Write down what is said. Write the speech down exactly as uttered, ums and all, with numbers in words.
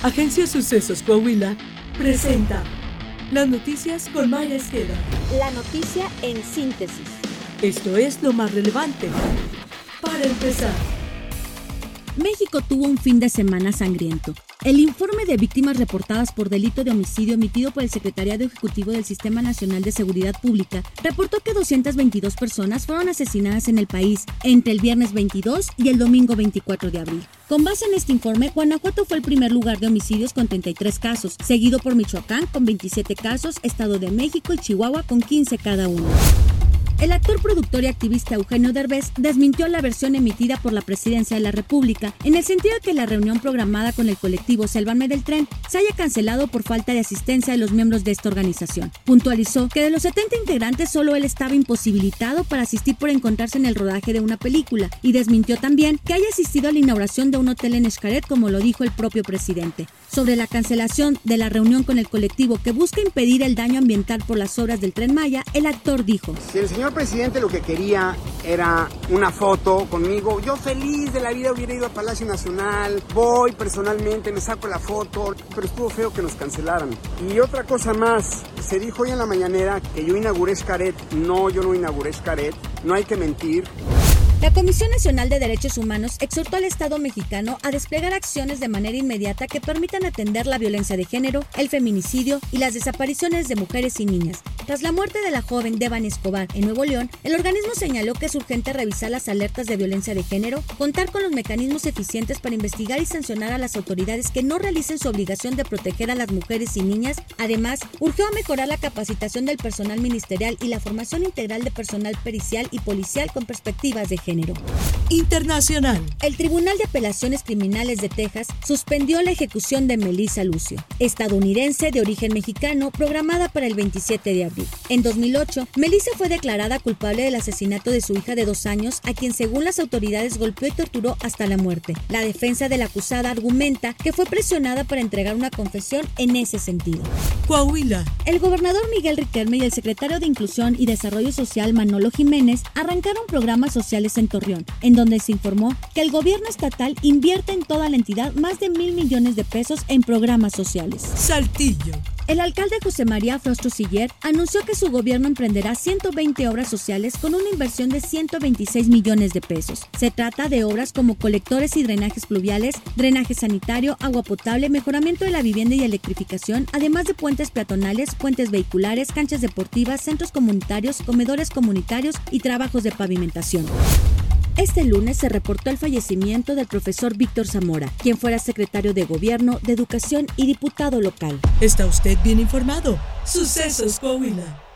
Agencia Sucesos Coahuila presenta las noticias con Mayra Esqueda. La noticia en síntesis. Esto es lo más relevante. Para empezar, México tuvo un fin de semana sangriento. El informe de víctimas reportadas por delito de homicidio emitido por el Secretariado Ejecutivo del Sistema Nacional de Seguridad Pública reportó que doscientas veintidós personas fueron asesinadas en el país entre el viernes veintidós y el domingo veinticuatro de abril. Con base en este informe, Guanajuato fue el primer lugar de homicidios con treinta y tres casos, seguido por Michoacán con veintisiete casos, Estado de México y Chihuahua con quince cada uno. El actor, productor y activista Eugenio Derbez desmintió la versión emitida por la Presidencia de la República en el sentido de que la reunión programada con el colectivo Sálvame del Tren se haya cancelado por falta de asistencia de los miembros de esta organización. Puntualizó que de los setenta integrantes solo él estaba imposibilitado para asistir por encontrarse en el rodaje de una película y desmintió también que haya asistido a la inauguración de un hotel en Xcaret, como lo dijo el propio presidente. Sobre la cancelación de la reunión con el colectivo que busca impedir el daño ambiental por las obras del Tren Maya, el actor dijo: Si el señor presidente lo que quería era una foto conmigo, yo feliz de la vida hubiera ido a Palacio Nacional, voy personalmente, me saco la foto, pero estuvo feo que nos cancelaran. Y otra cosa más, se dijo hoy en la mañanera que yo inauguré Xcaret. No, yo no inauguré Xcaret, no hay que mentir. La Comisión Nacional de Derechos Humanos exhortó al Estado mexicano a desplegar acciones de manera inmediata que permitan atender la violencia de género, el feminicidio y las desapariciones de mujeres y niñas. Tras la muerte de la joven Devani Escobar en Nuevo León, el organismo señaló que es urgente revisar las alertas de violencia de género, contar con los mecanismos eficientes para investigar y sancionar a las autoridades que no realicen su obligación de proteger a las mujeres y niñas. Además, urgió a mejorar la capacitación del personal ministerial y la formación integral de personal pericial y policial con perspectivas de género. internacional. El Tribunal de Apelaciones Criminales de Texas suspendió la ejecución de Melissa Lucio, estadounidense de origen mexicano, programada para el veintisiete de abril. En dos mil ocho, Melissa fue declarada culpable del asesinato de su hija de dos años, a quien según las autoridades golpeó y torturó hasta la muerte. La defensa de la acusada argumenta que fue presionada para entregar una confesión en ese sentido. Coahuila. El gobernador Miguel Riquelme y el secretario de Inclusión y Desarrollo Social Manolo Jiménez arrancaron programas sociales en Torreón, en donde se informó que el gobierno estatal invierte en toda la entidad más de mil millones de pesos en programas sociales. Saltillo. El alcalde José María Frostro Siller anunció que su gobierno emprenderá ciento veinte obras sociales con una inversión de ciento veintiséis millones de pesos. Se trata de obras como colectores y drenajes pluviales, drenaje sanitario, agua potable, mejoramiento de la vivienda y electrificación, además de puentes peatonales, puentes vehiculares, canchas deportivas, centros comunitarios, comedores comunitarios y trabajos de pavimentación. Este lunes se reportó el fallecimiento del profesor Víctor Zamora, quien fuera secretario de Gobierno, de Educación y diputado local. ¿Está usted bien informado? Sucesos Coahuila.